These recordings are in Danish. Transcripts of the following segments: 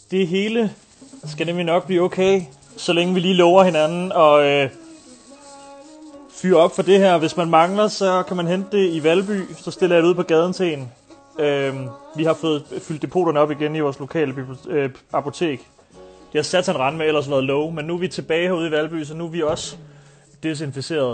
Det hele skal nemlig nok blive okay, så længe vi lige lover hinanden og fyre op for det her. Hvis man mangler, så kan man hente det i Valby, så stiller jeg det ud på gaden til en. Vi har fået fyldt depoterne op igen i vores lokale apotek. De har sat sig en rand med ellers været low, men nu er vi tilbage herude i Valby, så nu er vi også desinficeret.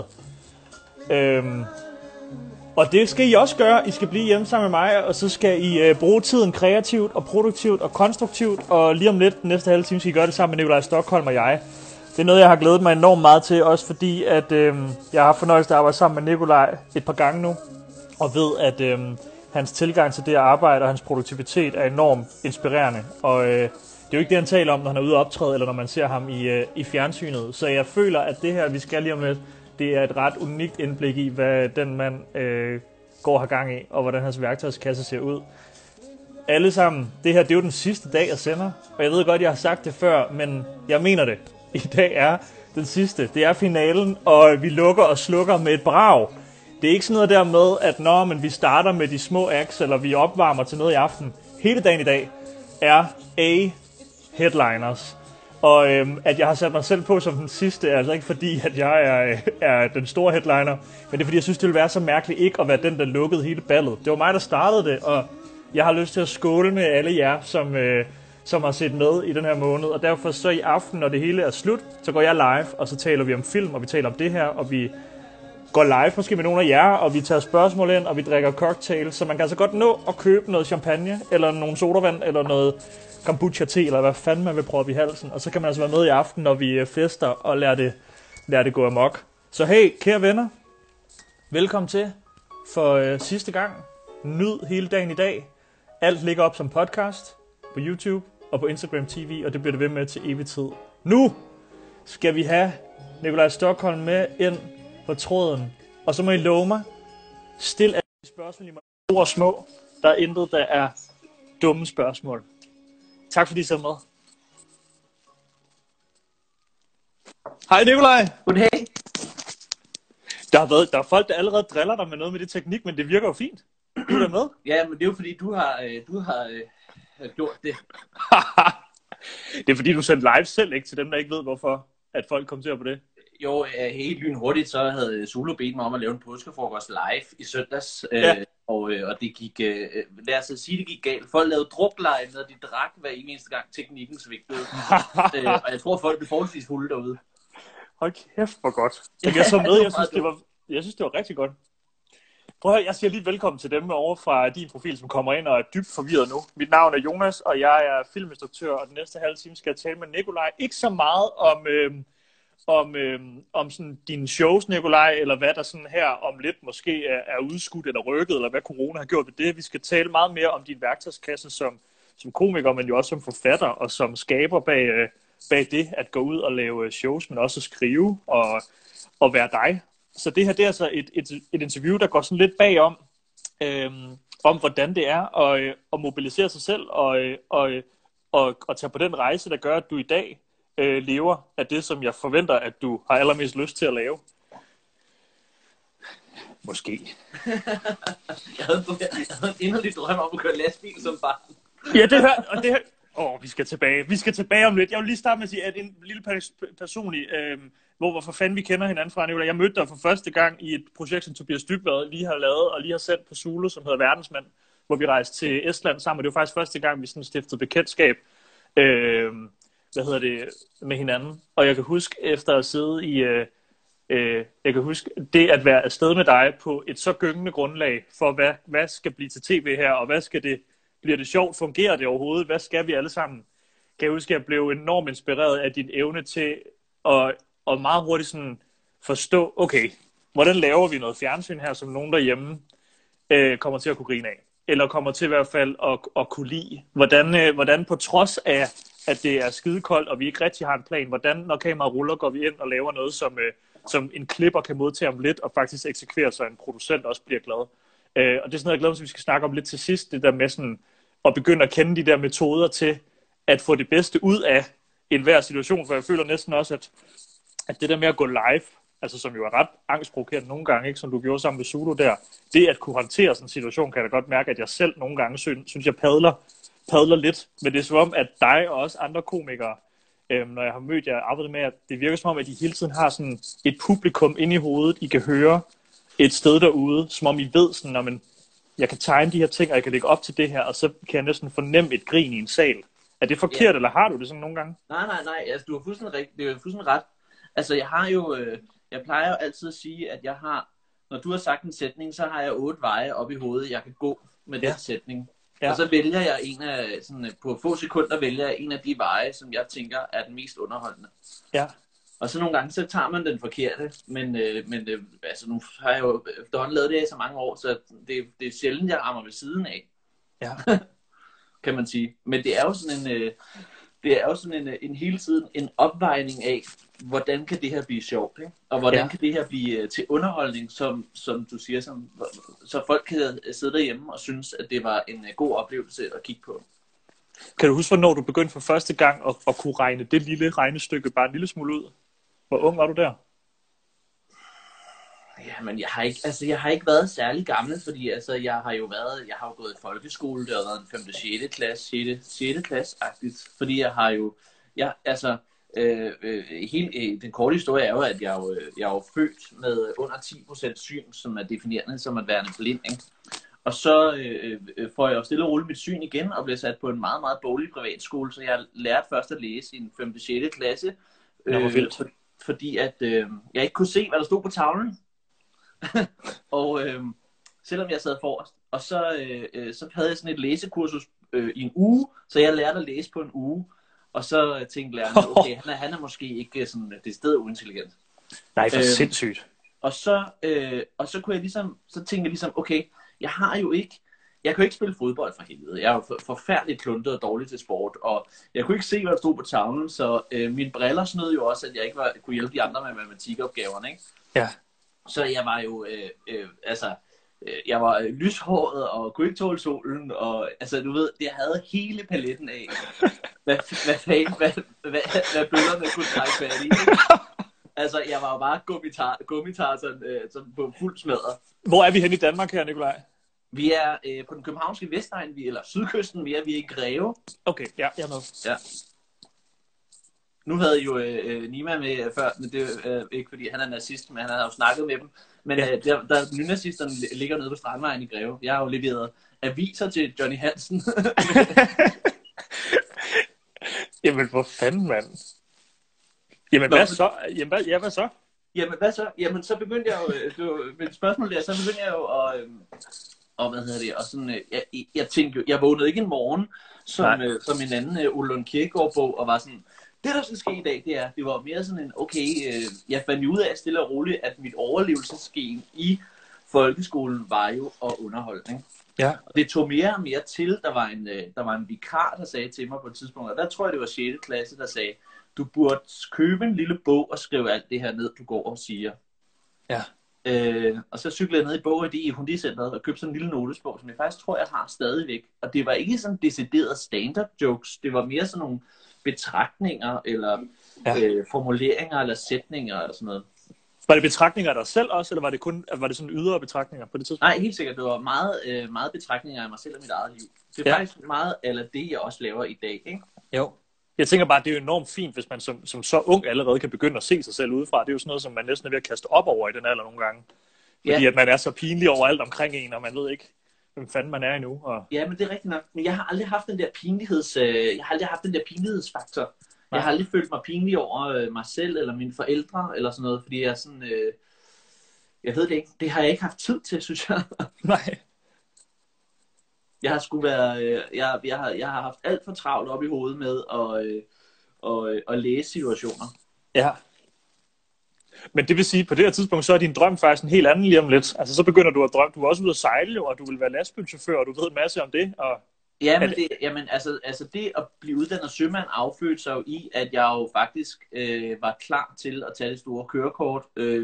Og det skal I også gøre. I skal blive hjemme sammen med mig, og så skal I bruge tiden kreativt og produktivt og konstruktivt. Og lige om lidt, den næste halve time, skal I gøre det sammen med Nikolaj Stokholm og jeg. Det er noget, jeg har glædet mig enormt meget til, også fordi at jeg har fornøjelsen af at arbejde sammen med Nikolaj et par gange nu. Og ved, at hans tilgang til det at arbejde og hans produktivitet er enormt inspirerende. Og det er jo ikke det, han taler om, når han er ude at optræde, eller når man ser ham i fjernsynet. Så jeg føler, at det her, vi skal lige om lidt, det er et ret unikt indblik i, hvad den mand går har gang i, og hvordan hans værktøjskasse ser ud. Alle sammen, det her, det er jo den sidste dag, jeg sender. Og jeg ved godt, jeg har sagt det før, men jeg mener det. I dag er den sidste. Det er finalen, og vi lukker og slukker med et brag. Det er ikke sådan noget der med, at men vi starter med de små acts, eller vi opvarmer til noget i aften. Hele dagen i dag er A-headliners. Og at jeg har sat mig selv på som den sidste, er altså ikke fordi, at jeg er den store headliner, men det er fordi, jeg synes, det ville være så mærkeligt ikke at være den, der lukkede hele ballet. Det var mig, der startede det, og jeg har lyst til at skåle med alle jer, som har set med i den her måned. Og derfor så i aften, når det hele er slut, så går jeg live, og så taler vi om film, og vi taler om det her, og vi går live måske med nogle af jer, og vi tager spørgsmål ind, og vi drikker cocktails, så man kan altså godt nå at købe noget champagne, eller nogle sodavand, eller noget kombucha-te, eller hvad fanden man vil proppe i halsen. Og så kan man altså være med i aften, når vi fester og lader det gå amok. Så hey, kære venner, velkommen til for sidste gang. Nyd hele dagen i dag. Alt ligger op som podcast på YouTube og på Instagram TV, og det bliver det ved med til evig tid. Nu skal vi have Nikolaj Stokholm med ind på tråden. Og så må I love mig, stil alle de spørgsmål, I må store og små. Der er intet, der er dumme spørgsmål. Tak fordi I så med. Hej Nikolaj. Goddag. Der er folk, der allerede driller dig med noget med det teknik, men det virker jo fint. Du er der med. Ja, men det er jo fordi, du har gjort det. Det er fordi, du sendte live selv, ikke? Til dem, der ikke ved, hvorfor at folk kommenterer på det. Jo, helt lynhurtigt, så havde Zulu bedt mig om at lave en påskefrokost live i søndags. Ja. Og det gik, lad os sige, det gik galt. Folk lavede drukleje, når de drak hver eneste gang teknikken svigtede. Og jeg tror, folk blev forholdsvis fulde derude. Hold kæft, hvor godt. Jeg så med, jeg synes, det var rigtig godt. Prøv at høre, jeg siger lige velkommen til dem over fra din profil, som kommer ind og er dybt forvirret nu. Mit navn er Jonas, og jeg er filminstruktør, og den næste halve time skal jeg tale med Nikolaj. Ikke så meget om sådan dine shows, Nikolaj, eller hvad der sådan her om lidt måske er udskudt eller rykket, eller hvad corona har gjort ved det. Vi skal tale meget mere om din værktøjskasse som komiker, men jo også som forfatter og som skaber bag det at gå ud og lave shows, men også at skrive og være dig. Så det her, det er altså et interview, der går sådan lidt bagom, om hvordan det er at mobilisere sig selv og tage på den rejse, der gør, at du i dag lever af det, som jeg forventer, at du har allermest lyst til at lave. Måske. Jeg havde en inderlig drøm om at køre lastbil som barn. Ja, det her. Vi skal tilbage om lidt. Jeg vil lige starte med at sige, at en lille personlig, hvorfor fanden vi kender hinanden fra, Nicolai. Jeg mødte dig for første gang i et projekt, som Tobias Dybvad lige har lavet, og lige har sendt på Zulu, som hedder Verdensmand, hvor vi rejste til Estland sammen. Det var faktisk første gang, vi sådan stiftede bekendtskab med hinanden. Og jeg kan huske, efter at sidde i... jeg kan huske det at være afsted med dig på et så gyngende grundlag for, hvad skal blive til tv her, og hvad skal det... Bliver det sjovt? Fungerer det overhovedet? Hvad skal vi alle sammen? Kan jeg huske, at jeg blev enormt inspireret af din evne til at meget hurtigt sådan forstå, okay, hvordan laver vi noget fjernsyn her, som nogen derhjemme kommer til at kunne grine af? Eller kommer til i hvert fald at kunne lide? Hvordan på trods af, at det er skidekoldt, og vi ikke rigtig har en plan, hvordan, når kameraet ruller, går vi ind og laver noget, som en klipper kan modtage om lidt, og faktisk eksekvere, så en producent også bliver glad. Og det er sådan noget, jeg glæder mig til, vi skal snakke om lidt til sidst, det der med sådan at begynde at kende de der metoder til at få det bedste ud af enhver situation, for jeg føler næsten også, at det der med at gå live, altså som jo er ret angstprovokerende nogle gange, ikke, som du gjorde sammen med Zulu der, det at kunne håndtere sådan en situation, kan jeg da godt mærke, at jeg selv nogle gange synes, jeg padler padler lidt, men det er som om, at dig og også andre komikere, når jeg har mødt jer, arbejdet med, at det virker som om, at I hele tiden har sådan et publikum inde i hovedet, I kan høre et sted derude, som om I ved sådan, når man, jeg kan tegne de her ting, og jeg kan lægge op til det her, og så kan jeg næsten fornemme et grin i en sal. Er det forkert, eller har du det sådan nogle gange? Nej, altså du har fuldstændig det er fuldstændig ret. Altså jeg har jo, jeg plejer jo altid at sige, at jeg har, når du har sagt en sætning, så har jeg 8 veje op i hovedet, jeg kan gå med den sætning. Ja. Og så vælger jeg en af, sådan, på få sekunder vælger jeg en af de veje, som jeg tænker er den mest underholdende. Ja. Og så nogle gange, så tager man den forkerte, men altså nu har jeg jo efterhånden lavet det i så mange år, så det er sjældent, jeg rammer ved siden af. Ja. Kan man sige. Men det er jo sådan en hele tiden en opvejning af, hvordan kan det her blive sjovt, ikke? Og hvordan kan det her blive til underholdning, som du siger, så folk kan sidde derhjemme og synes, at det var en god oplevelse at kigge på. Kan du huske, hvornår du begyndte for første gang at kunne regne det lille regnestykke bare en lille smule ud? Hvor ung var du der? Ja, men jeg har ikke været særlig gammel, fordi altså, jeg har jo gået i folkeskole, det har været en 5. 6. klasse, 6. klasse-agtigt, fordi den korte historie er jo, at jeg er jo født med under 10% syn, som er definerende som at være blind, ikke? Og så får jeg jo stille og roligt mit syn igen, og bliver sat på en meget, meget boglig privatskole, så jeg lærte først at læse i en 5. 6. klasse, fordi at jeg ikke kunne se, hvad der stod på tavlen. Og selvom jeg sad forrest. Og så havde jeg sådan et læsekursus i en uge, så jeg lærte at læse på en uge. Og så tænkte lærerne, okay, han er måske ikke sådan det sted uintelligent. Nej, for sindssygt. Og så kunne jeg ligesom, så tænkte jeg ligesom, okay, jeg kan jo ikke spille fodbold for helvede. Jeg er jo forfærdeligt kluntet og dårlig til sport, og jeg kunne ikke se, hvad der stod på tavlen, så mine briller snød jo også, at jeg ikke kunne hjælpe de andre med matematikopgaverne, ikke? Ja. Så jeg var jo, jeg var lyshåret og kunne ikke tåle solen, og altså du ved, jeg havde hele paletten af, hvad bøllerne kunne trække fat i. Altså, jeg var jo bare gummitarsen på fuld smadret. Hvor er vi hen i Danmark her, Nikolaj? Vi er på den københavnske Vestegn, eller sydkysten, vi er i Greve. Okay, ja, jeg er med. Ja. Nu havde jo Nima med før, men det er ikke fordi han er nazist, men han har jo snakket med dem. Men der nynazisterne ligger nede på Strandvejen i Greve. Jeg har jo leveret aviser til Johnny Hansen. Jamen, hvor fanden, mand? Jamen, hvad så? Hvad så? Jamen, hvad så? Jamen, så begyndte jeg jo, med et spørgsmål der, så begyndte jeg jo og sådan, jeg tænkte jo, jeg vågnede ikke en morgen, som en anden Ole Lund Kirkegaard-bog, og var sådan, det der skal ske i dag, det var mere sådan en, okay, jeg fandt jo ud af stille og roligt, at mit overlevelsesgen i folkeskolen var jo at underholde, ikke? Ja. Og det tog mere og mere til, der var en vikar, der sagde til mig på et tidspunkt, og der tror jeg, det var 6. klasse, der sagde, du burde købe en lille bog og skrive alt det her ned, du går og siger. Ja. Og så cyklede jeg ned i bog i Hundicenteret og købte sådan en lille notesbog, som jeg faktisk tror, jeg har stadigvæk. Og det var ikke sådan decideret stand-up jokes, det var mere sådan nogle betragtninger, eller formuleringer, eller sætninger, eller sådan noget. Var det betragtninger af dig selv også, eller var det sådan ydre betragtninger på det tidspunkt? Nej, helt sikkert. Det var meget betragtninger af mig selv og mit eget liv. Det er faktisk meget eller det, jeg også laver i dag, ikke? Jo. Jeg tænker bare, at det er jo enormt fint, hvis man som så ung allerede kan begynde at se sig selv udefra. Det er jo sådan noget, som man næsten er ved at kaste op over i den alder nogle gange. Fordi at man er så pinlig over alt omkring en, og man ved ikke, hvem fanden man er endnu. Og... Ja, men det er rigtigt nok. Men jeg har aldrig haft den der pinlighedsfaktor. Jeg har aldrig følt mig pinlig over mig selv, eller mine forældre, eller sådan noget, fordi jeg er sådan... jeg ved det ikke. Det har jeg ikke haft tid til, synes jeg. Nej. Jeg har sgu været... Jeg har haft alt for travlt op i hovedet med at læse situationer. Ja. Men det vil sige, på det her tidspunkt, så er din drøm faktisk en helt anden lige om lidt. Altså, så begynder du at drømme. Du er også ude at sejle, og du vil være lastbilchauffør, og du ved en masse om det. Og... Ja, men det at blive uddannet sømand affødte sig jo i, at jeg jo faktisk var klar til at tage det store kørekort.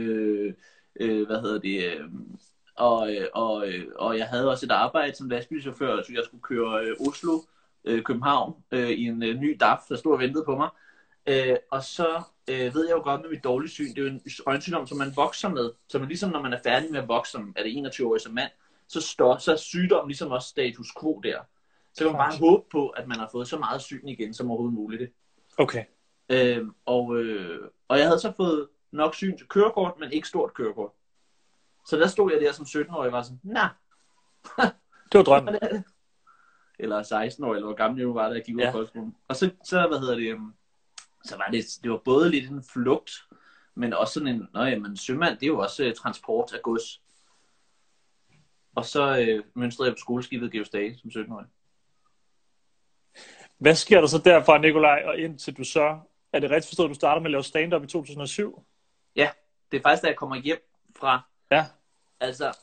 Og jeg havde også et arbejde som lastbilchauffør, så jeg skulle køre Oslo, København i en ny DAF, der stod og ventede på mig. Og så ved jeg jo godt med mit dårlige syn, det er jo en øjensygdom, som man vokser med. Så man ligesom, når man er færdig med at vokse, er det 21-årig som mand, så er sygdommen ligesom også status quo der. Så kan man bare håbe på, at man har fået så meget syn igen, som overhovedet muligt. Okay. Og jeg havde så fået nok syn til kørekort, men ikke stort kørekort. Så der stod jeg der som 17-årig og var sådan, nah. Det var drømmen. Eller 16-årig, eller hvor gammel jeg nu var, da jeg gik ud af folkeskolen. Og så så var det var både lidt en flugt, men også sådan en, sømand, det er jo også transport af gods. Og så mønstrede jeg på skoleskibet Georg Stage som 17-årig. Hvad sker der så derfra, Nikolaj, og indtil du så, er det rigtigt forstået, at du starter med at lave stand-up i 2007? Ja, det er faktisk, da jeg kommer hjem fra, altså,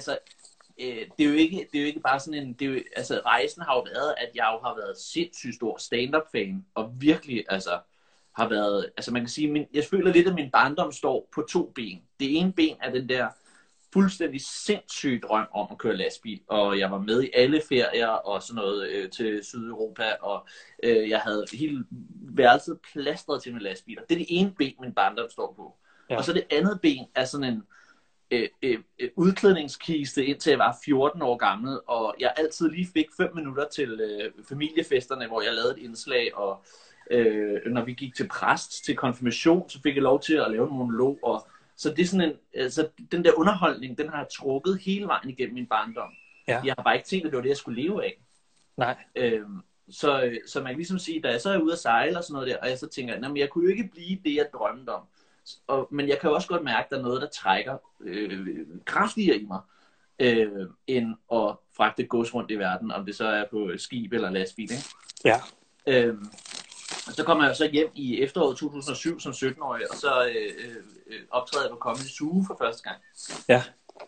det er jo ikke bare sådan en, rejsen har jo været, at jeg jo har været sindssygt stor stand-up-fan, og virkelig, har været, man kan sige, jeg føler lidt, at min barndom står på 2 ben. Det ene ben er den der fuldstændig sindssygt drøm om at køre lastbil, og jeg var med i alle ferier og sådan noget til Sydeuropa, og jeg havde hele værelset plastret til med lastbiler. Det er det ene ben, min barndom står på. Ja. Og så det andet ben er sådan en udklædningskiste, indtil jeg var 14 år gammel, og jeg altid lige fik 5 minutter til familiefesterne, hvor jeg lavede et indslag, og når vi gik til præst, til konfirmation, så fik jeg lov til at lave en monolog, og så det er sådan den der underholdning, den har jeg trukket hele vejen igennem min barndom. Ja. Jeg har bare ikke tænkt, at det var det, jeg skulle leve af. Nej. Så man kan ligesom sige, da jeg så er ude at sejle og sådan noget der, og jeg så tænker, jeg kunne jo ikke blive det, jeg drømte om. Men jeg kan jo også godt mærke, at der er noget, der trækker kraftigere i mig, end at fragte gods rundt i verden, om det så er på skib eller lastbil. Ikke? Ja. Så kommer jeg så hjem i efteråret 2007 som 17-årig, og så optræder jeg på Comedy Zoo for første gang. Ja.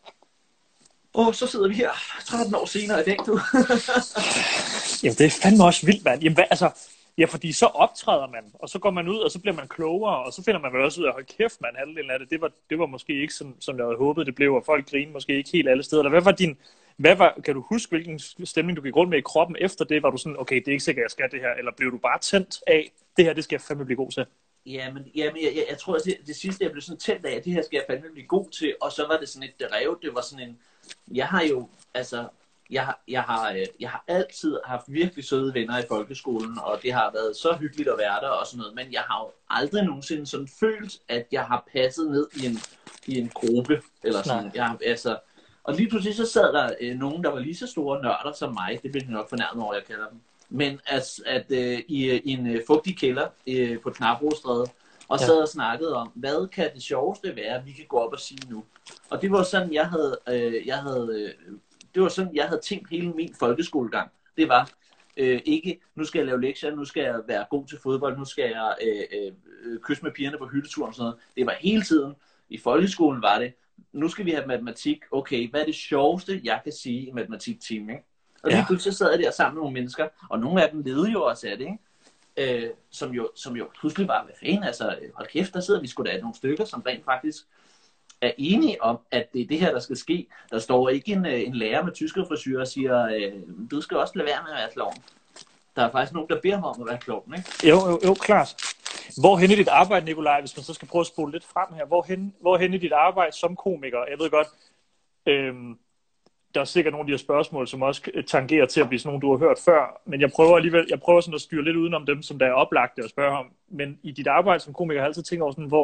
Og så sidder vi her 13 år senere i dag, du. Jamen, det er fandme også vildt, mand. Jamen, fordi så optræder man, og så går man ud, og så bliver man klogere, og så finder man vel også ud af, hold kæft, man, halvdelen af det var måske ikke som jeg havde håbet, det blev, og folk griner måske ikke helt alle steder. Eller kan du huske, hvilken stemning du gik rundt med i kroppen efter det? Var du sådan, okay, det er ikke sikkert, jeg skal det her, eller blev du bare tændt af, det her, det skal jeg fandme blive god til? Jamen, jeg tror, at det sidste, jeg blev sådan tændt af, det her skal jeg fandme blive god til, og så var det sådan et drev, det var sådan en, jeg har jo, jeg har altid haft virkelig søde venner i folkeskolen, og det har været så hyggeligt at være der og sådan noget, men jeg har jo aldrig nogensinde sådan følt, at jeg har passet ned i en gruppe, eller sådan, og lige pludselig så sad der nogen, der var lige så store nørder som mig, det bliver jeg nok fornærmet over, jeg kalder dem, men i en fugtig kælder på Knabrostræde, og sad og snakkede om, hvad kan det sjoveste være, vi kan gå op og sige nu. Og det var sådan, jeg havde tænkt hele min folkeskolegang. Det var ikke, nu skal jeg lave lektier, nu skal jeg være god til fodbold, nu skal jeg kysse med pigerne på hytteturen og sådan noget. Det var hele tiden. I folkeskolen var det, nu skal vi have matematik. Okay, hvad er det sjoveste, jeg kan sige i matematiktimen, ikke? Og lige pludselig sad jeg der sammen med nogle mennesker, og nogle af dem levede jo også af det, ikke? Som jo pludselig var, hvad fanden, hold kæft, der sidder vi sgu da nogle stykker, som rent faktisk er enige om, at det er det her, der skal ske. Der står ikke en lærer med tyskerfrisyr og siger, du skal også lade være med at være klovn. Der er faktisk nogen, der beder mig om at være klovn, ikke? Jo, klart. Hvorhen i dit arbejde, Nikolaj, hvis man så skal prøve at spole lidt frem her, hvorhen i dit arbejde som komiker? Jeg ved godt, der er sikkert nogle af de her spørgsmål, som også tangerer til at blive sådan nogle, du har hørt før, men jeg prøver sådan at styre lidt udenom dem, som der er oplagte at spørge om. Men i dit arbejde som komiker har jeg altid tænkt over sådan,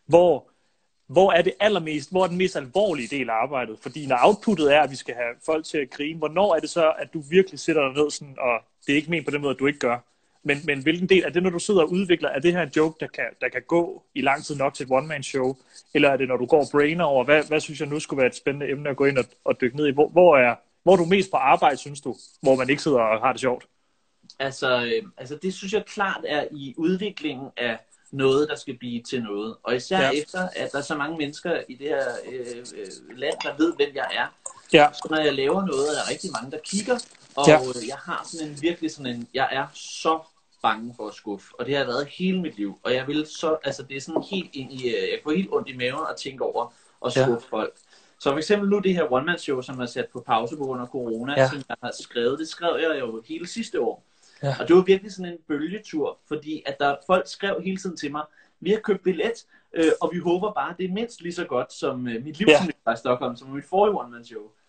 hvor er det hvor er den mest alvorlige del af arbejdet? Fordi når outputtet er, at vi skal have folk til at grine, hvornår er det så, at du virkelig sætter dig ned sådan, og det er ikke ment på den måde, at du ikke gør, men hvilken del, er det når du sidder og udvikler, er det her en joke, der kan gå i lang tid nok til et one-man-show, eller er det når du går og brainer over, hvad synes jeg nu skulle være et spændende emne at gå ind og dykke ned i? Hvor er du mest på arbejde, synes du, hvor man ikke sidder og har det sjovt? Altså det synes jeg klart er i udviklingen af noget, der skal blive til noget. Og især efter, at der er så mange mennesker i det her land, der ved, hvem jeg er. Ja. Så når jeg laver noget, er der rigtig mange, der kigger. Og jeg har jeg er så bange for at skuffe. Og det har været hele mit liv. Og jeg vil så, det er sådan helt ind i, jeg får helt ondt i maven at tænke over at skuffe folk. Så for eksempel nu det her one-man-show, som er sat på pause på grund af corona, som jeg har skrevet, det skrev jeg jo hele sidste år. Ja. Og det var virkelig sådan en bølgetur, fordi at folk skrev hele tiden til mig, vi har købt billet, og vi håber bare, det er mindst lige så godt som mit liv, som var i Stockholm, som mit forrige one-man-show.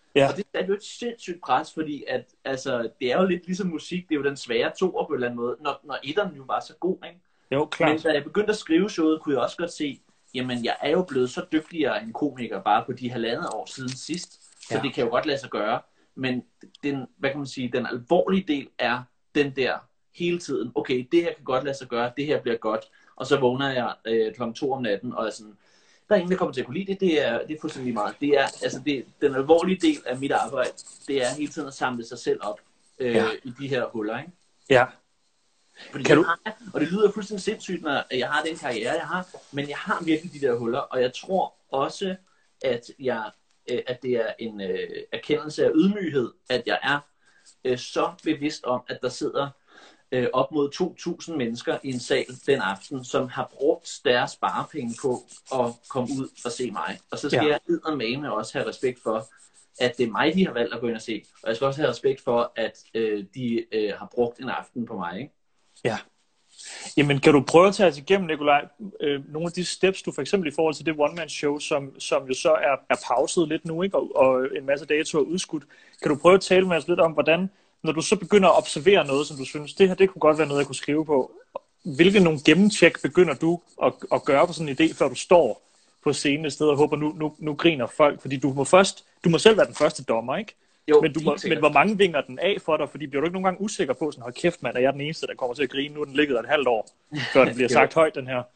Ja. Og det er jo et sindssygt pres, fordi at, altså, det er jo lidt ligesom musik, det er jo den svære toer på en eller anden måde, når etteren jo var så god, ikke? Jo, klart. Men da jeg begyndte at skrive showet, kunne jeg også godt se, jamen jeg er jo blevet så dygtigere en komiker bare på de 1,5 år siden sidst, så det kan jo godt lade sig gøre. Men den, hvad kan man sige, den alvorlige del er den der hele tiden, okay, det her kan godt lade sig gøre, det her bliver godt, og så vågner jeg 2:00 om natten, og er sådan, der er ingen, der kommer til at kunne lide det, det er fuldstændig meget. Det er, altså den alvorlige del af mit arbejde, det er hele tiden at samle sig selv op i de her huller, ikke? Ja. Fordi og det lyder fuldstændig sindssygt, når jeg har den karriere, jeg har, men jeg har virkelig de der huller, og jeg tror også, at det er en erkendelse af ydmyghed, at jeg er så bevidst om, at der sidder op mod 2.000 mennesker i en sal den aften, som har brugt deres sparepenge på at komme ud og se mig. Og så skal jeg eddermame også have respekt for, at det er mig, de har valgt at gå ind og se. Og jeg skal også have respekt for, at de har brugt en aften på mig, ikke? Ja. Jamen, kan du prøve at tage os igennem, Nikolaj, nogle af de steps, du for eksempel i forhold til det one-man-show, som jo så er pauset lidt nu, ikke? Og en masse datoer udskudt. Kan du prøve at tale med os lidt om, hvordan, når du så begynder at observere noget, som du synes, det her, det kunne godt være noget, jeg kunne skrive på. Hvilke nogle gennemtjek begynder du at gøre på sådan en idé, før du står på scenen et sted og håber, nu griner folk? Fordi du må selv være den første dommer, ikke? Jo, men hvor mange vinger den af for dig? Fordi bliver du ikke nogle gange usikker på, sådan, hold kæft mand, er jeg den eneste, der kommer til at grine? Nu er den ligget et halvt år, før den bliver sagt højt, den her.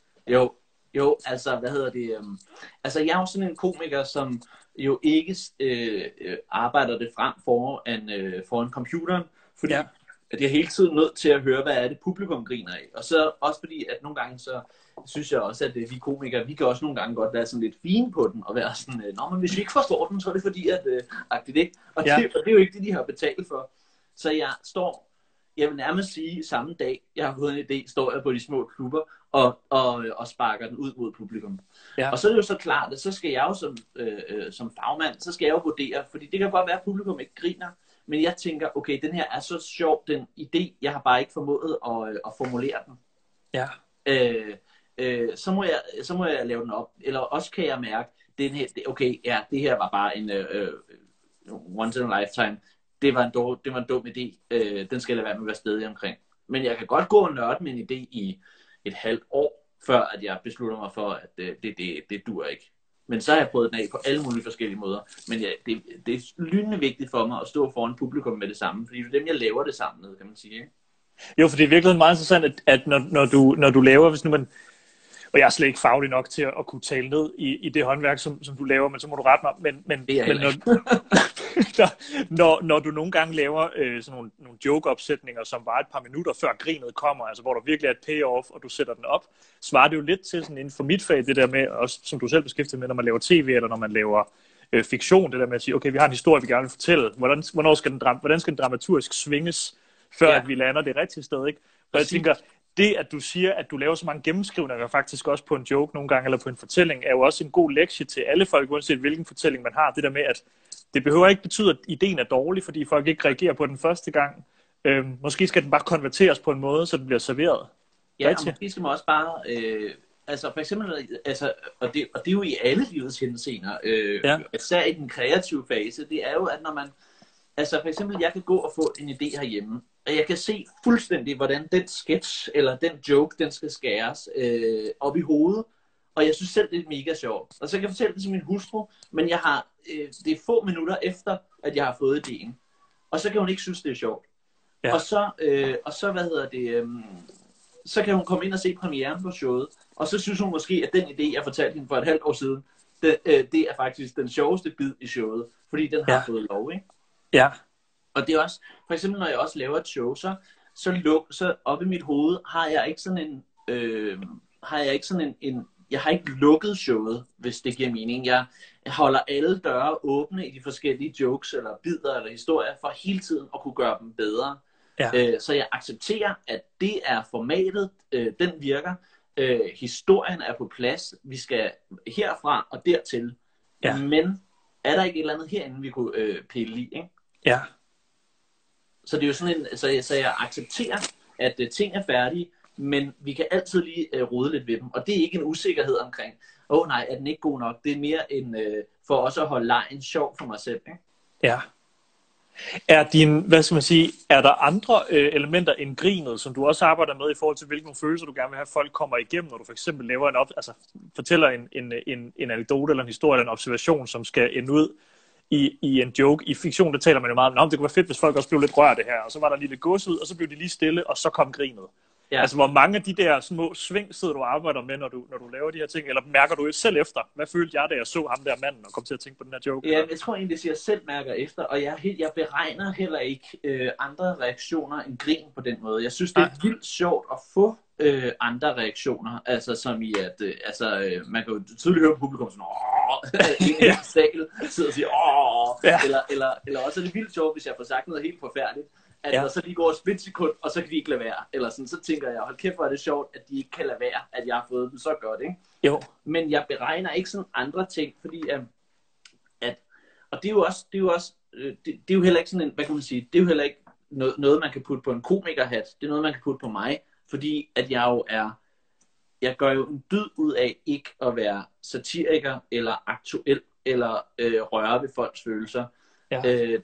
Jo, altså, hvad hedder det? Altså, jeg er jo sådan en komiker, som jo ikke arbejder det frem foran computeren, fordi at jeg hele tiden nødt til at høre, hvad er det publikum griner af. Og så også fordi, at nogle gange så synes jeg også, at vi komikere, vi kan også nogle gange godt være sådan lidt fine på den, og være sådan, nå, men hvis vi ikke forstår den, så er det fordi, at agtigt ikke. Og det er jo ikke det, de har betalt for. Så jeg vil nærmest sige, samme dag, jeg har fået en idé, står jeg på de små klubber, og sparker den ud mod publikum. Ja. Og så er det jo så klart, at så skal jeg jo som fagmand, så skal jeg jo vurdere, fordi det kan godt være, at publikum ikke griner, men jeg tænker, okay, den her er så sjov, den idé, jeg har bare ikke formået at formulere den. Ja. Så må jeg lave den op. Eller også kan jeg mærke, den her, okay, ja, det her var bare en once in a lifetime. Det var en dum idé. Den skal jeg lade være med at være stedig omkring. Men jeg kan godt gå og nørde med en idé i et halvt år, før at jeg beslutter mig for, at det dur ikke. Men så har jeg prøvet den af på alle mulige forskellige måder. Men det er lynende vigtigt for mig at stå foran publikum med det samme. Fordi det er dem, jeg laver det sammen med, kan man sige, ikke? Jo, for det er virkelig meget interessant, at når du laver, hvis nu man... Og jeg er slet ikke faglig nok til at kunne tale ned i det håndværk, som du laver, men så må du rette mig. Men når du nogle gange laver sådan nogle joke-opsætninger, som var et par minutter før grinet kommer, altså hvor der virkelig er et payoff, og du sætter den op, svarer det jo lidt til sådan inden for mit fag, det der med, også som du selv beskæftiger med, når man laver tv, eller når man laver fiktion, det der med at sige, okay, vi har en historie, vi gerne vil fortælle. Hvordan skal den dramaturgisk svinges, før at vi lander det rigtige sted, ikke? Og jeg tænker, det, at du siger, at du laver så mange gennemskrivninger faktisk også på en joke nogle gange, eller på en fortælling, er jo også en god lektie til alle folk, uanset hvilken fortælling man har. Det der med, at det behøver ikke betyde, at ideen er dårlig, fordi folk ikke reagerer på den første gang. Måske skal den bare konverteres på en måde, så den bliver serveret. Ja, og måske skal man også bare... altså for eksempel, og det er jo i alle livets henseender, især i den kreative fase, det er jo, at når man... Altså for eksempel, jeg kan gå og få en idé herhjemme, og jeg kan se fuldstændig, hvordan den sketch, eller den joke, den skal skæres op i hovedet, og jeg synes selv, det er mega sjovt. Og så kan jeg fortælle det til min hustru, men jeg har, det er få minutter efter, at jeg har fået ideen. Og så kan hun ikke synes, det er sjovt. Ja. Og så så kan hun komme ind og se premieren på showet, og så synes hun måske, at den idé, jeg fortalte hende for et halvt år siden, det er faktisk den sjoveste bid i showet, fordi den har fået lov, ikke? Ja. Og det er også, for eksempel når jeg også laver et show, så op i mit hoved har jeg ikke sådan jeg har ikke lukket showet, hvis det giver mening. Jeg holder alle døre åbne i de forskellige jokes, eller bidder, eller historier, for hele tiden at kunne gøre dem bedre. Ja. Så jeg accepterer, at det er formatet, den virker, historien er på plads, vi skal herfra og dertil. Ja. Men er der ikke et eller andet herinde, vi kunne pille i, ikke? Ja. Så det er jo sådan en, så jeg accepterer, at ting er færdige, men vi kan altid lige rode lidt ved dem. Og det er ikke en usikkerhed omkring, nej, er den ikke god nok? Det er mere en, for også at holde lejen sjov for mig selv, ikke? Ja. Hvad skal man sige, er der andre elementer end grinet, som du også arbejder med i forhold til, hvilke følelser du gerne vil have, folk kommer igennem, når du for eksempel laver fortæller en anekdote eller en historie eller en observation, som skal ende ud i en joke. I fiktion, der taler man jo meget om, det kunne være fedt, hvis folk også blev lidt rørt det her, og så var der lige lidt gåsehud, og så blev de lige stille, og så kom grinet. Ja. Altså, hvor mange af de der små sving sidder du og arbejder med, når du laver de her ting? Eller mærker du selv efter? Hvad følte jeg, da jeg så ham der manden og kom til at tænke på den her joke? Ja, jeg tror egentlig, at jeg selv mærker efter, og jeg beregner heller ikke andre reaktioner end grin på den måde. Jeg synes, det er vildt sjovt at få andre reaktioner, altså som i at, man kan jo tydeligt høre på publikum sådan, en sal sidder og siger, ja. Eller også er det vildt sjovt, hvis jeg får sagt noget helt forfærdeligt, at der så lige går et splitsekund, og så kan de ikke lade være. Eller sådan, så tænker jeg, hold kæft, hvor er det sjovt, at de ikke kan lade være, at jeg har fået dem så godt, ikke? Jo. Men jeg beregner ikke sådan andre ting, fordi og det er jo heller ikke sådan en, hvad kan man sige, det er jo heller ikke noget, man kan putte på en komikerhat. Det er noget, man kan putte på mig, fordi at jeg gør jo en dyd ud af ikke at være satiriker, eller aktuel, eller røre ved folks følelser. Ja.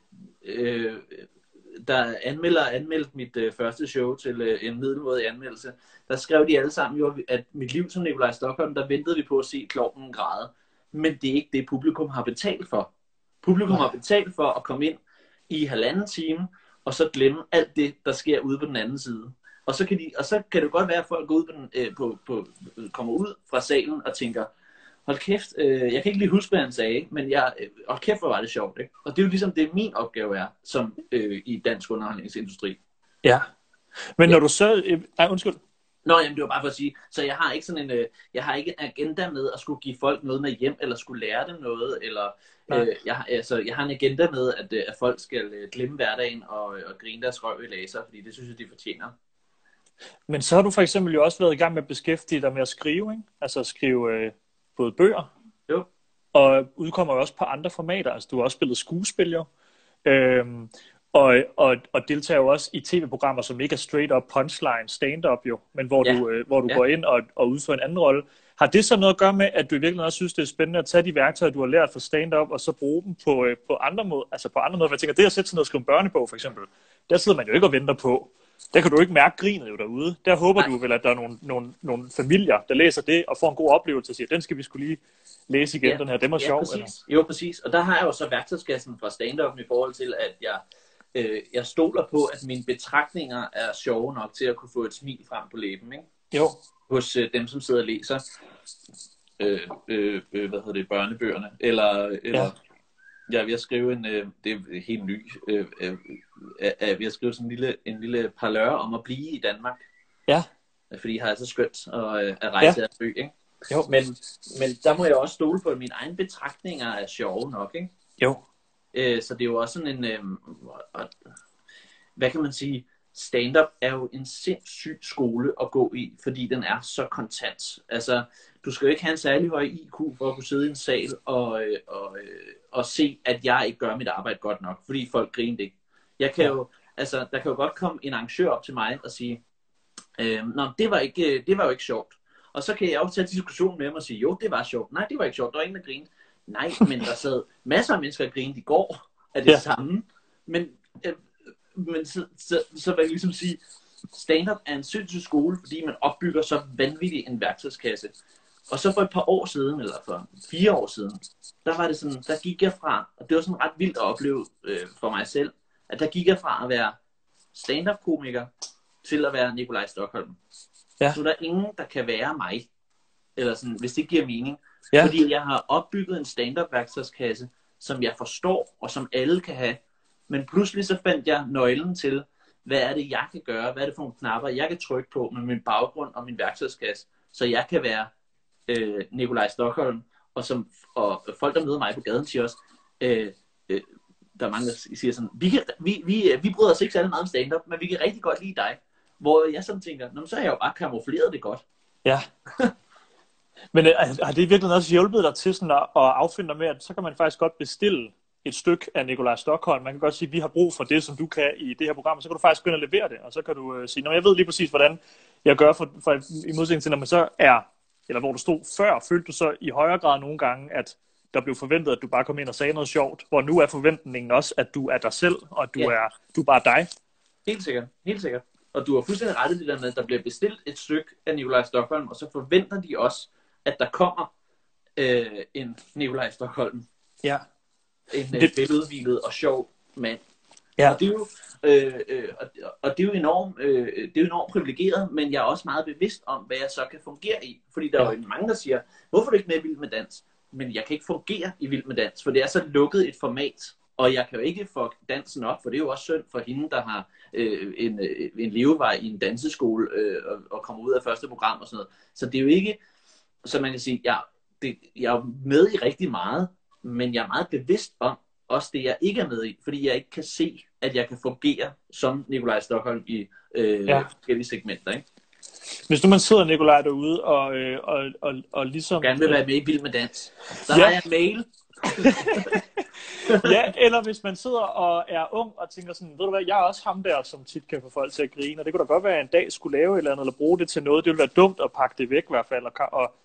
Der anmeldte mit første show til en middelmådig anmeldelse, der skrev de alle sammen jo, at mit liv som Nikolaj Stokholm, der ventede vi på at se klovnen græde. Men det er ikke det, publikum har betalt for. Publikum har betalt for at komme ind i 1,5 time, og så glemme alt det, der sker ude på den anden side. Og så kan det godt være, at folk går ud kommer ud fra salen og tænker, hold kæft, jeg kan ikke lige huske, hvad han sagde, men hold kæft, hvor var det sjovt, ikke? Og det er jo ligesom det, min opgave er, som i dansk underholdningsindustri. Ja, men når du så... undskyld. Nå, jamen det var bare for at sige, så jeg har ikke sådan jeg har ikke en agenda med at skulle give folk noget med hjem, eller skulle lære dem noget, eller jeg har en agenda med, at folk skal glemme hverdagen og grine deres røv i laser, fordi det synes jeg, de fortjener. Men så har du for eksempel jo også været i gang med at beskæftige dig med at skrive, ikke? Altså at skrive både bøger, jo. Og udkommer jo også på andre formater. Altså du har også spillet skuespil, jo. Og deltager jo også i tv-programmer, som ikke er straight up punchline stand-up jo, men hvor du går ind og udfører en anden rolle. Har det så noget at gøre med, at du i virkeligheden også synes, det er spændende at tage de værktøjer, du har lært fra stand-up, og så bruge dem på andre måder? Altså på andre måder. Jeg tænker, det at sætte sig ned og skrive en børnebog, for eksempel, der sidder man jo ikke og venter på. Der kan du ikke mærke grinet jo derude. Der håber du vel, at der er nogle familier, der læser det og får en god oplevelse og siger, den skal vi skulle lige læse igen, den her. Den var sjov. Præcis. Eller? Jo, præcis. Og der har jeg jo så værktøjskassen fra stand-up i forhold til, at jeg stoler på, at mine betragtninger er sjove nok til at kunne få et smil frem på læben, ikke? Jo. Hos dem, som sidder og læser børnebøgerne. Eller jeg er ved at skrive det er helt ny, jeg er ved at skrive sådan en lille parlør om at blive i Danmark. Ja. Fordi jeg har så skønt at rejse af bøg, ikke? Jo. Men der må jeg også stole på, at mine egne betragtninger er sjove nok, ikke? Jo. Så det er jo også sådan en, hvad kan man sige, stand-up er jo en sindssyg skole at gå i, fordi den er så kontant. Altså, du skal jo ikke have en særlig høj IQ for at kunne sidde i en sal og se, at jeg ikke gør mit arbejde godt nok, fordi folk griner ikke. Jeg kan jo, altså, der kan jo godt komme en arrangør op til mig og sige, nå, det var jo ikke sjovt. Og så kan jeg jo tage diskussionen med ham og sige, jo, det var sjovt. Nej, det var ikke sjovt, der var ingen, der grinede. Nej, men der sad masser af mennesker og grinede i går af det samme. Men så vil jeg ligesom sige, stand-up er en sindssyg skole, fordi man opbygger så vanvittigt en værktøjskasse. Og så for et par år siden, eller for 4 år siden, der var det sådan, der gik jeg fra, og det var sådan ret vildt at opleve for mig selv, at der gik jeg fra at være stand-up-komiker til at være Nikolaj Stokholm. Ja. Så der er ingen, der kan være mig, eller sådan, hvis det giver mening. Ja. Fordi jeg har opbygget en stand-up værktøjskasse, som jeg forstår, og som alle kan have. Men pludselig så fandt jeg nøglen til, hvad er det, jeg kan gøre? Hvad er det for nogle knapper, jeg kan trykke på med min baggrund og min værktøjskasse, så jeg kan være Nikolaj Stokholm, og folk, der møder mig på gaden, siger også, der er mange, der siger sådan, vi bryder os ikke særlig meget om stand-up, men vi kan rigtig godt lide dig. Hvor jeg sådan tænker, så har jeg jo bare kamufleret det godt. Ja. Men har det virkelig også hjulpet dig til sådan at affinde dig med, at så kan man faktisk godt bestille et stykke af Nikolaj Stokholm. Man kan godt sige, at vi har brug for det, som du kan i det her program, så kan du faktisk begynde at levere det, og så kan du sige, jeg ved lige præcis, hvordan jeg gør, for i modsætning til, når man så er, eller hvor du stod før, følte du så i højere grad nogle gange, at der blev forventet, at du bare kom ind og sagde noget sjovt, hvor nu er forventningen også, at du er dig selv, og at du er bare dig. Helt sikkert, helt sikkert. Og du har fuldstændig ret i det der med, at der bliver bestilt et stykke af Nikolaj Stokholm, og så forventer de også, at der kommer en Nikolaj Stokholm. Ja. En billedhvilet og sjov mand. Ja. Og det er jo, og det er jo enormt privilegeret, men jeg er også meget bevidst om, hvad jeg så kan fungere i. Fordi der er jo mange, der siger, hvorfor er du ikke med i Vild med Dans? Men jeg kan ikke fungere i Vild med Dans, for det er så lukket et format. Og jeg kan jo ikke få dansen op, for det er jo også synd for hende, der har en levevej i en danseskole og kommer ud af første program og sådan noget. Så det er jo ikke, så man kan sige, jeg er med i rigtig meget, men jeg er meget bevidst om også det, jeg ikke er med i, fordi jeg ikke kan se, at jeg kan fungere som Nikolaj Stokholm i forskellige segmenter, ikke? Hvis nu man sidder, Nikolaj, derude og ligesom... Gerne vil være med i Vild med Dans. Så har jeg en mail. Ja, eller hvis man sidder og er ung og tænker sådan, ved du hvad, jeg er også ham der, som tit kan få folk til at grine, og det kunne da godt være, at en dag skulle lave et eller andet, eller bruge det til noget. Det ville være dumt at pakke det væk i hvert fald.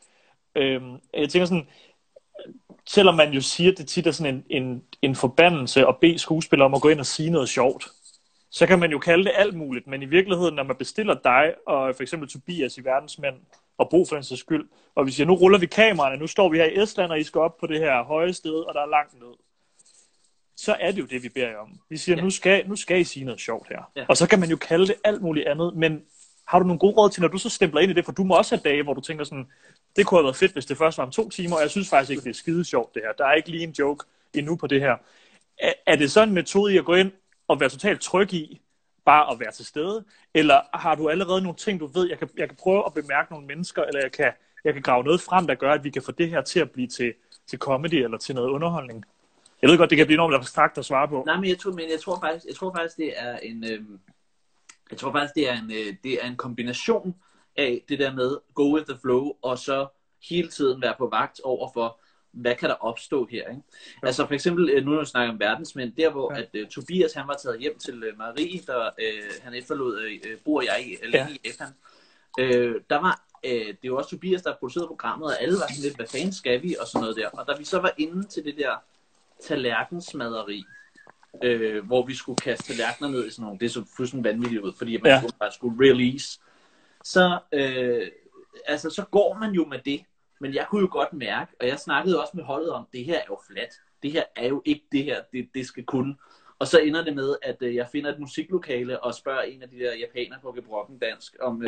Jeg tænker sådan, selvom man jo siger, at det tit er sådan en forbandelse at bede skuespillere om at gå ind og sige noget sjovt, så kan man jo kalde det alt muligt, men i virkeligheden, når man bestiller dig og for eksempel Tobias i Verdensmænd, og Bo for den sags skyld, og vi siger, nu ruller vi kameraerne, nu står vi her i Estland, og I skal op på det her høje sted, og der er langt ned. Så er det jo det, vi beder jer om. Vi siger, nu skal I sige noget sjovt her. Ja. Og så kan man jo kalde det alt muligt andet, men har du nogle gode råd til, når du så stempler ind i det, for du må også have dage, hvor du tænker sådan, det kunne have været fedt, hvis det først var om 2 timer, og jeg synes faktisk ikke, det er skide sjovt det her. Der er ikke lige en joke endnu på det her. Er det sådan en metode i at gå ind og være totalt tryg i, bare at være til stede? Eller har du allerede nogle ting, du ved, jeg kan prøve at bemærke nogle mennesker, eller jeg kan grave noget frem, der gør, at vi kan få det her til at blive til comedy, eller til noget underholdning? Jeg ved godt, det kan blive enormt abstrakt at svare på. Nej, men jeg tror faktisk, det er en... Jeg tror faktisk, det er en kombination af det der med go with the flow, og så hele tiden være på vagt over for, hvad kan der opstå her, ikke? Ja. Altså for eksempel, nu når vi snakker om Verdensmænd, der hvor at Tobias, han var taget hjem til Marie, der han efterlod, bor jeg i, længe i Japan. Der var, det er jo også Tobias, der producerede programmet, og alle var sådan lidt, hvad fanden skal vi, og sådan noget der. Og da vi så var inde til det der tallerkensmaderi, hvor vi skulle kaste tallerkener ned i sådan nogle, det så fuldstændig vanvittigt ud, fordi man bare skulle release, så så går man jo med det. Men jeg kunne jo godt mærke, og jeg snakkede også med holdet om, det her er jo flat. Det her er jo ikke det her, det skal kunne. Og så ender det med, at jeg finder et musiklokale og spørger en af de der japanere på gebrokken dansk om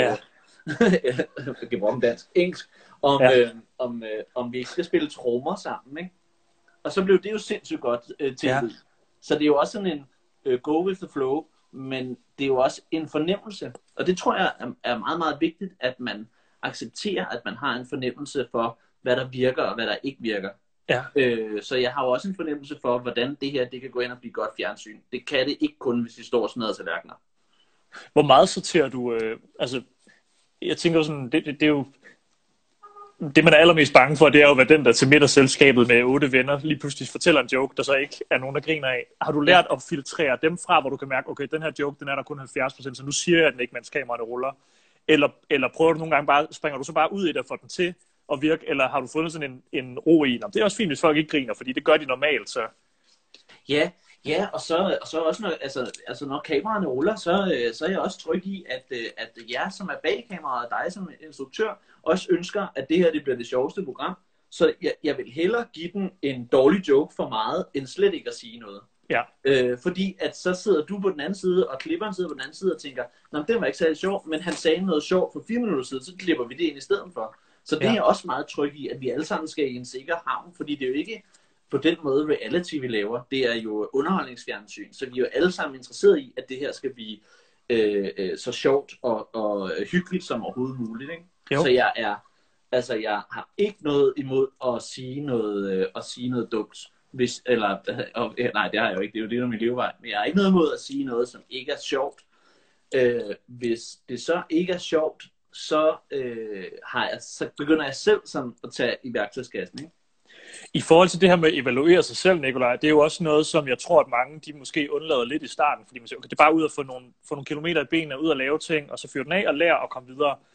gebrokken dansk, engelsk, om vi ikke skal spille trommer sammen, ikke? Og så blev det jo sindssygt godt til. Så det er jo også sådan en go with the flow, men det er jo også en fornemmelse. Og det tror jeg er meget, meget vigtigt, at man accepterer, at man har en fornemmelse for, hvad der virker og hvad der ikke virker. Ja. Så jeg har jo også en fornemmelse for, hvordan det her det kan gå ind og blive godt fjernsyn. Det kan det ikke kun, hvis vi står sådan noget tallerkener. Hvor meget sorterer du... jeg tænker jo sådan, det er jo... Det, man er allermest bange for, det er jo, hvad den der til middagsselskabet med 8 venner lige pludselig fortæller en joke, der så ikke er nogen, der griner af. Har du lært at filtrere dem fra, hvor du kan mærke, okay, den her joke, den er der kun 70%, så nu siger jeg den ikke, mens kameraerne ruller? Eller prøver du nogle gange bare, springer du så bare ud i det og får den til at virke, eller har du fundet sådan en ro i? Det er også fint, hvis folk ikke griner, fordi det gør de normalt, så... Ja, og så også, når kameraerne ruller, så er jeg også tryg i, at jer, som er bag kameraet, og dig som instruktør, også ønsker, at det her det bliver det sjoveste program. Så jeg vil hellere give den en dårlig joke for meget, end slet ikke at sige noget. Ja. Fordi at så sidder du på den anden side, og klipperen sidder på den anden side og tænker, nå, det var ikke særlig sjovt, men han sagde noget sjovt for 4 minutter siden, så klipper vi det ind i stedet for. Så det er jeg også meget tryg i, at vi alle sammen skal i en sikker havn, fordi det er jo ikke på den måde reality, vi laver. Det er jo underholdningsfjernsyn, så vi er jo alle sammen interesseret i, at det her skal blive så sjovt og hyggeligt som overhovedet muligt, ikke? Så jeg har ikke noget imod at sige noget dumt. Nej, det har jeg jo ikke. Det er jo det, der er min levevej. Men jeg har ikke noget imod at sige noget, som ikke er sjovt. Hvis det så ikke er sjovt, så begynder jeg selv sådan at tage i værktøjskassen, ikke? I forhold til det her med at evaluere sig selv, Nikolaj, det er jo også noget, som jeg tror, at mange de måske undlader lidt i starten, fordi man siger, okay, det er bare ud at få nogle kilometer i benene, ud at lave ting, og så fyre den af og lære at komme videre.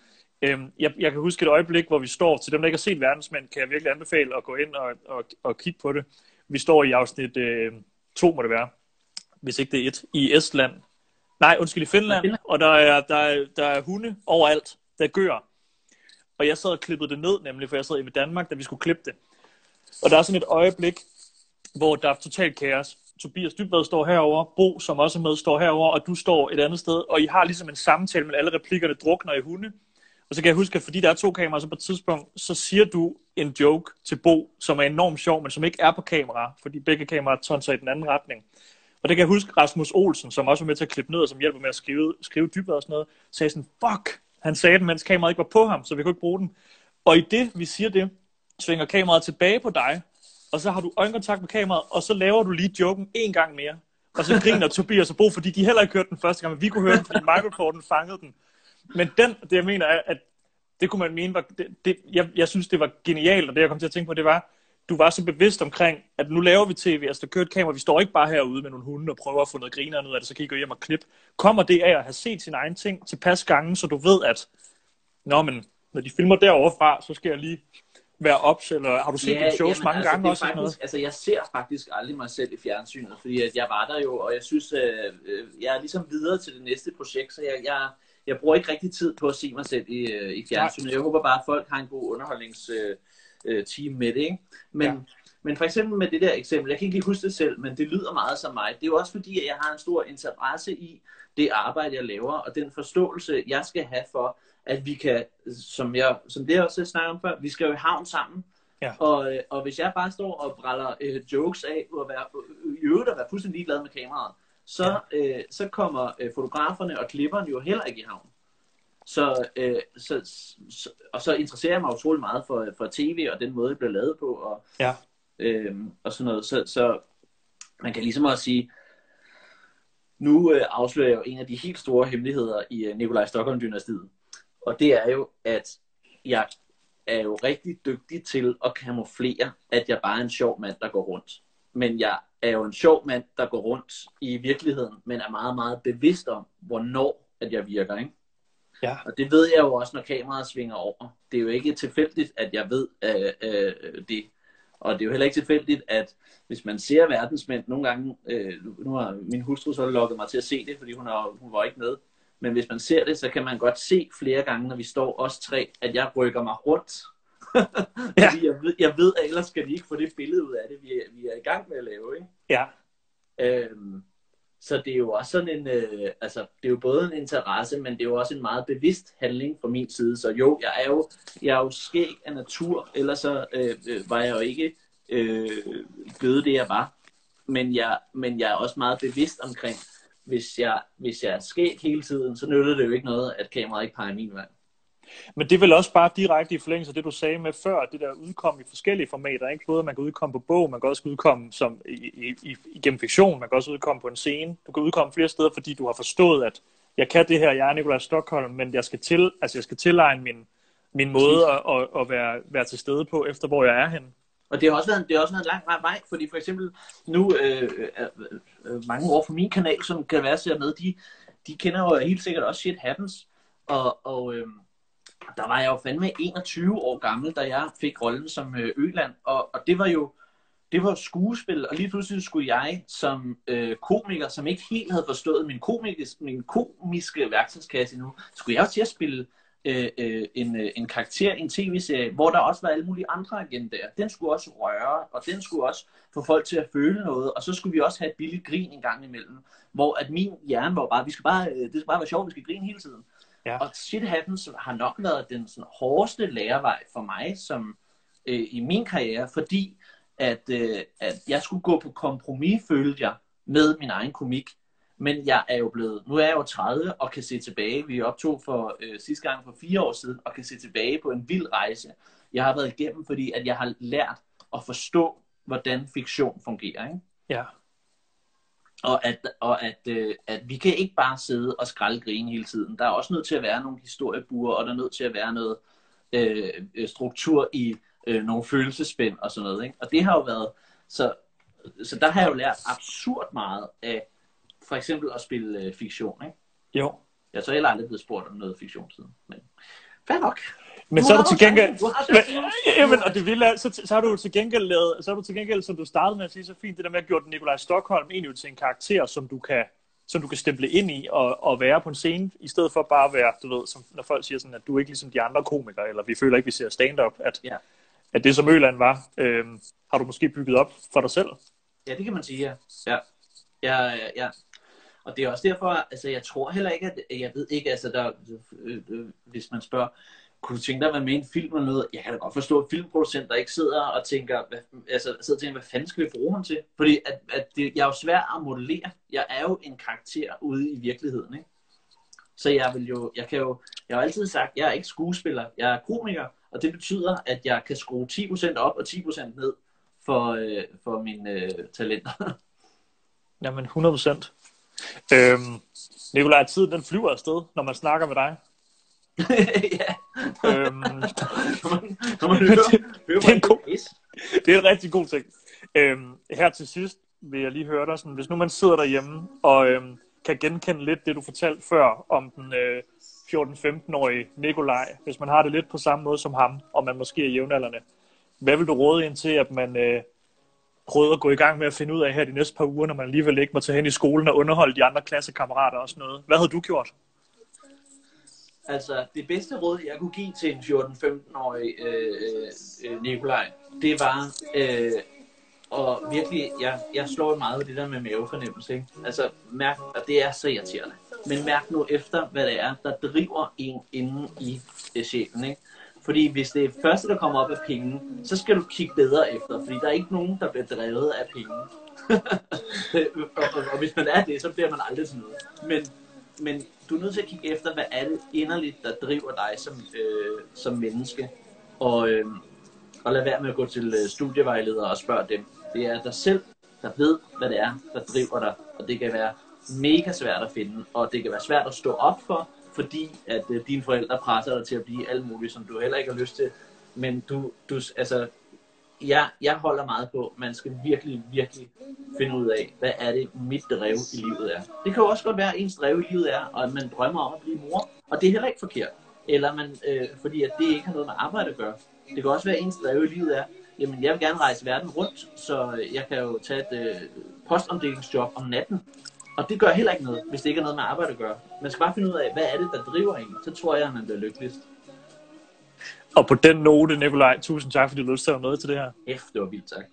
Jeg kan huske et øjeblik, hvor vi står, til dem, der ikke har set Verdensmænd, kan jeg virkelig anbefale at gå ind og kigge på det. Vi står i afsnit 2, må det være, hvis ikke det er 1, i Estland. Nej, undskyld, i Finland, og der er hunde overalt, der gør. Og jeg sad og klippede det ned, nemlig, for jeg sad i Danmark, da vi skulle klippe det. Og der er sådan et øjeblik, hvor der er totalt kaos. Tobias Dybvad står herover, Bo, som også er med, står herover, og du står et andet sted, og I har ligesom en samtale, men alle replikkerne drukner i hunde. Og så kan jeg huske, at fordi der er 2 kameraer, så på et tidspunkt, så siger du en joke til Bo, som er enormt sjov, men som ikke er på kamera, fordi begge kameraer tonser i den anden retning. Og det kan jeg huske, Rasmus Olsen, som også var med til at klippe ned, og som hjælper med at skrive Dybvad og sådan noget, sagde sådan, fuck! Han sagde den, mens kameraet ikke var på ham, så vi kunne ikke bruge den. Og i det, vi siger det, svinger kameraet tilbage på dig, og så har du øjenkontakt med kameraet, og så laver du lige joken en gang mere. Og så griner Tobias og Bo, fordi de heller ikke hørte den første gang, men vi kunne høre den, fordi microporten fangede den. Men det jeg mener er, at det kunne man mene var, jeg synes det var genialt, og det jeg kom til at tænke på, det var, du var så bevidst omkring, at nu laver vi tv, altså der kører et kamera, vi står ikke bare herude med nogle hunde og prøver at få noget grineren ud af det, så kan I gå hjem og klippe. Kommer det af at have set sin egen ting tilpas gange, så du ved, at men når de filmer derovre fra, så skal jeg lige være ops, eller har du set dine shows mange gange også? Faktisk, noget? Altså jeg ser faktisk aldrig mig selv i fjernsynet, fordi at jeg var der jo, og jeg synes, jeg er ligesom videre til det næste projekt, så jeg bruger ikke rigtig tid på at se mig selv i fjernsynet. Jeg håber bare, at folk har en god underholdningsteam med det, ikke? Men for eksempel med det der eksempel, jeg kan ikke lige huske det selv, men det lyder meget som mig. Det er jo også fordi, at jeg har en stor interesse i det arbejde, jeg laver, og den forståelse, jeg skal have for, at vi kan, som det også snakker om før, vi skal jo i havn sammen. Ja. Og hvis jeg bare står og bræller jokes af, og i øvrigt at være fuldstændig ligeglad med kameraet, så kommer fotograferne og klipperne jo heller ikke i havn. Så interesserer jeg mig utrolig meget for tv og den måde, det bliver lavet på, og sådan noget. Så man kan ligesom også sige, nu afslører jeg jo en af de helt store hemmeligheder i Nikolaj Stokholm-dynastiet. Og det er jo, at jeg er jo rigtig dygtig til at kamuflere, at jeg bare er en sjov mand, der går rundt. Men jeg er jo en sjov mand, der går rundt i virkeligheden, men er meget, meget bevidst om, hvornår at jeg virker, ikke? Ja. Og det ved jeg jo også, når kameraet svinger over. Det er jo ikke tilfældigt, at jeg ved det. Og det er jo heller ikke tilfældigt, at hvis man ser Verdensmænd nogle gange, nu har min hustru så lukket mig til at se det, fordi hun var ikke med. Men hvis man ser det, så kan man godt se flere gange, når vi står os 3, at jeg rykker mig rundt. Fordi jeg ved, at ellers skal de ikke få det billede ud af det, vi er i gang med at lave, ikke? Ja. Så det er jo også sådan en, det er jo både en interesse, men det er jo også en meget bevidst handling fra min side. Så jo, jeg er jo skæg af natur, ellers så var jeg jo ikke blevet det, jeg var. Men jeg er også meget bevidst omkring, hvis jeg er skæg hele tiden, så nytter det jo ikke noget, at kameraet ikke peger min vej. Men det er vel også bare direkte i forlængelse af det, du sagde med før, det der udkom i forskellige formater, ikke? Både man kan udkomme på bog, man kan også udkomme som igennem fiktion, man kan også udkomme på en scene. Du kan udkomme flere steder, fordi du har forstået, at jeg kan det her, jeg er Nikolaj Stokholm, men jeg skal tilegne min måde at være til stede på, efter hvor jeg er henne. Og det har også været en lang vej, fordi for eksempel nu mange år fra min kanal, som kan være ser med, de kender jo helt sikkert også Shit Happens, og der var jeg jo fandme 21 år gammel, da jeg fik rollen som Øland, og det var skuespil, og lige pludselig skulle jeg som komiker, som ikke helt havde forstået min komiske værktøjskasse endnu, skulle jeg jo til at spille en karakter i en tv-serie, hvor der også var alle mulige andre agendaer. Den skulle også røre, og den skulle også få folk til at føle noget, og så skulle vi også have et billigt grin en gang imellem, hvor at min hjerne var bare, det skal bare være sjovt, vi skal grine hele tiden. Ja. Og Shit Happens har nok været den sådan, hårdeste lærevej for mig som i min karriere, fordi at jeg skulle gå på kompromis, følte jeg, med min egen komik. Men nu er jeg jo 30 og kan se tilbage. Vi optog for sidste gang for 4 år siden og kan se tilbage på en vild rejse, jeg har været igennem, fordi at jeg har lært at forstå, hvordan fiktion fungerer, ikke? Ja. Og at vi kan ikke bare sidde og skraldgrine hele tiden. Der er også nødt til at være nogle historiebuer, og der er nødt til at være noget struktur i nogle følelsespænd og sådan noget, ikke? Og det har jo været så der har jeg jo lært absurd meget af for eksempel at spille fiktion, ikke? Jo. Jeg er så heller aldrig blevet spurgt om noget fiktion siden. Fair nok. Men så er du til gengæld... Du har Jamen, og det vilde er, så har du til gengæld lavet, som du startede med at sige så fint, det der med at gøre Nikolaj Stokholm egentlig til en karakter, som du kan stemple ind i og være på en scene, i stedet for bare at være, du ved, som når folk siger sådan, at du er ikke ligesom de andre komikere, eller vi føler ikke, vi ser stand-up, at det som Øland var, har du måske bygget op for dig selv? Ja, det kan man sige, ja. Og det er også derfor, altså jeg tror heller ikke, at jeg ved ikke, altså der, hvis man spørger, kunne du tænke dig at være med i en film eller noget? Jeg kan da godt forstå, at filmproducenter ikke sidder og tænker, hvad fanden skal vi bruge ham til? Fordi jeg er jo svær at modellere. Jeg er jo en karakter ude i virkeligheden, ikke? Så jeg har altid sagt, at jeg er ikke skuespiller, jeg er komiker, og det betyder, at jeg kan skrue 10% op og 10% ned for mine talenter. Jamen, 100%. Nikolaj, tiden den flyver afsted, når man snakker med dig. Ja. Det er en rigtig god ting. Her til sidst vil jeg lige høre dig sådan, hvis nu man sidder derhjemme og kan genkende lidt det du fortalte før om den 14-15-årige Nikolaj, hvis man har det lidt på samme måde som ham, og man måske er jævnaldrende, hvad vil du råde ind til, at man prøvede at gå i gang med at finde ud af her de næste par uger, når man alligevel ikke må tage hen i skolen og underholde de andre klassekammerater og sådan noget? Hvad havde du gjort? Altså, det bedste råd, jeg kunne give til en 14-15-årig Nikolaj, det var, og virkelig, jeg slår meget ved det der med mavefornemmelse, ikke? Altså, mærk, og det er så irriterende, men mærk nu efter, hvad det er, der driver en inde i sjælen, ikke? Fordi hvis det er første, der kommer op af penge, så skal du kigge bedre efter, fordi der er ikke nogen, der bliver drevet af penge. og hvis man er det, så bliver man aldrig til noget. Men du er nødt til at kigge efter, hvad er det inderligt, der driver dig som menneske. Og lad være med at gå til studievejledere og spørge dem. Det er dig selv, der ved, hvad det er, der driver dig. Og det kan være mega svært at finde, og det kan være svært at stå op for, fordi at dine forældre presser dig til at blive alt muligt, som du heller ikke har lyst til. Men jeg holder meget på, man skal virkelig, virkelig finde ud af, hvad er det mit drev i livet er. Det kan jo også godt være, at ens drev i livet er, og at man drømmer om at blive mor, og det er heller ikke forkert. Eller fordi at det ikke har noget med arbejde at gøre. Det kan også være, at ens drev i livet er, jamen jeg vil gerne rejse verden rundt, så jeg kan jo tage et postomdelingsjob om natten. Og det gør heller ikke noget, hvis det ikke har noget med arbejde at gøre. Man skal bare finde ud af, hvad er det, der driver en. Så tror jeg, at man bliver lykkeligst. Og på den note, Nikolaj, tusind tak, fordi du lyst til at være med til det her. Det var vildt, tak.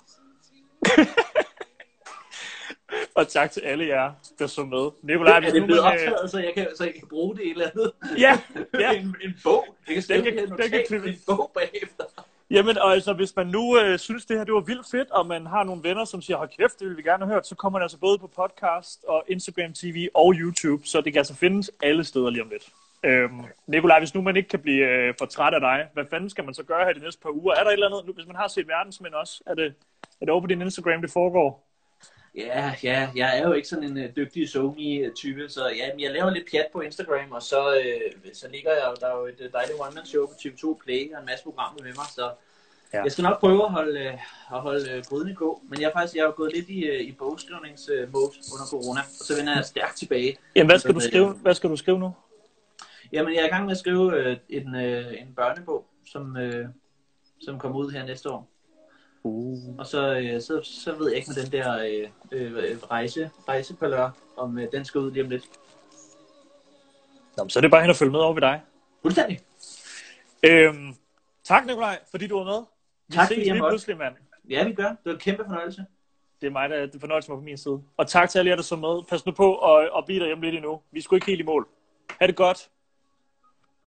Og tak til alle jer, der så med. Nikolaj, er det blevet optaget, så jeg kan bruge det i et eller andet? Ja. en bog. Jeg kan skrive en bog bagefter. Jamen, og altså, hvis man nu synes, det her det var vildt fedt, og man har nogle venner, som siger, hold kæft, det vil vi gerne have hørt, så kommer det altså både på podcast og Instagram TV og YouTube, så det kan altså findes alle steder lige om lidt. Nikolaj, hvis nu man ikke kan blive for træt af dig, hvad fanden skal man så gøre her de næste par uger? Er der et eller andet, hvis man har set Verdensmænd også, er det over på din Instagram, det foregår? Ja, jeg er jo ikke sådan en dygtig SoMe-type, så jeg laver lidt pjat på Instagram, og så ligger jeg jo, der er jo et dejligt one-man-show på TV2 Play, og en masse programmer med mig, så jeg skal nok prøve at holde gryden i gå, men jeg er jo gået lidt i bogskrivningsmode under corona, og så vender jeg stærkt tilbage. Jamen, hvad skal du skrive nu? Jamen, jeg er i gang med at skrive en børnebog, som kommer ud her næste år. Og så ved jeg ikke med den der rejsepalør, om den skal ud lige om lidt. Nå, så er det bare hen og følge med over ved dig. Fuldstændig. Tak, Nikolaj, fordi du var med. Tak, ses lige pludselig, mand. Ja, vi gør. Det var en kæmpe fornøjelse. Det er mig, der fornøjelse mig på min side. Og tak til alle jer, der så med. Pas nu på at blive derhjemme lidt endnu. Vi er sgu ikke helt i mål. Ha' det godt.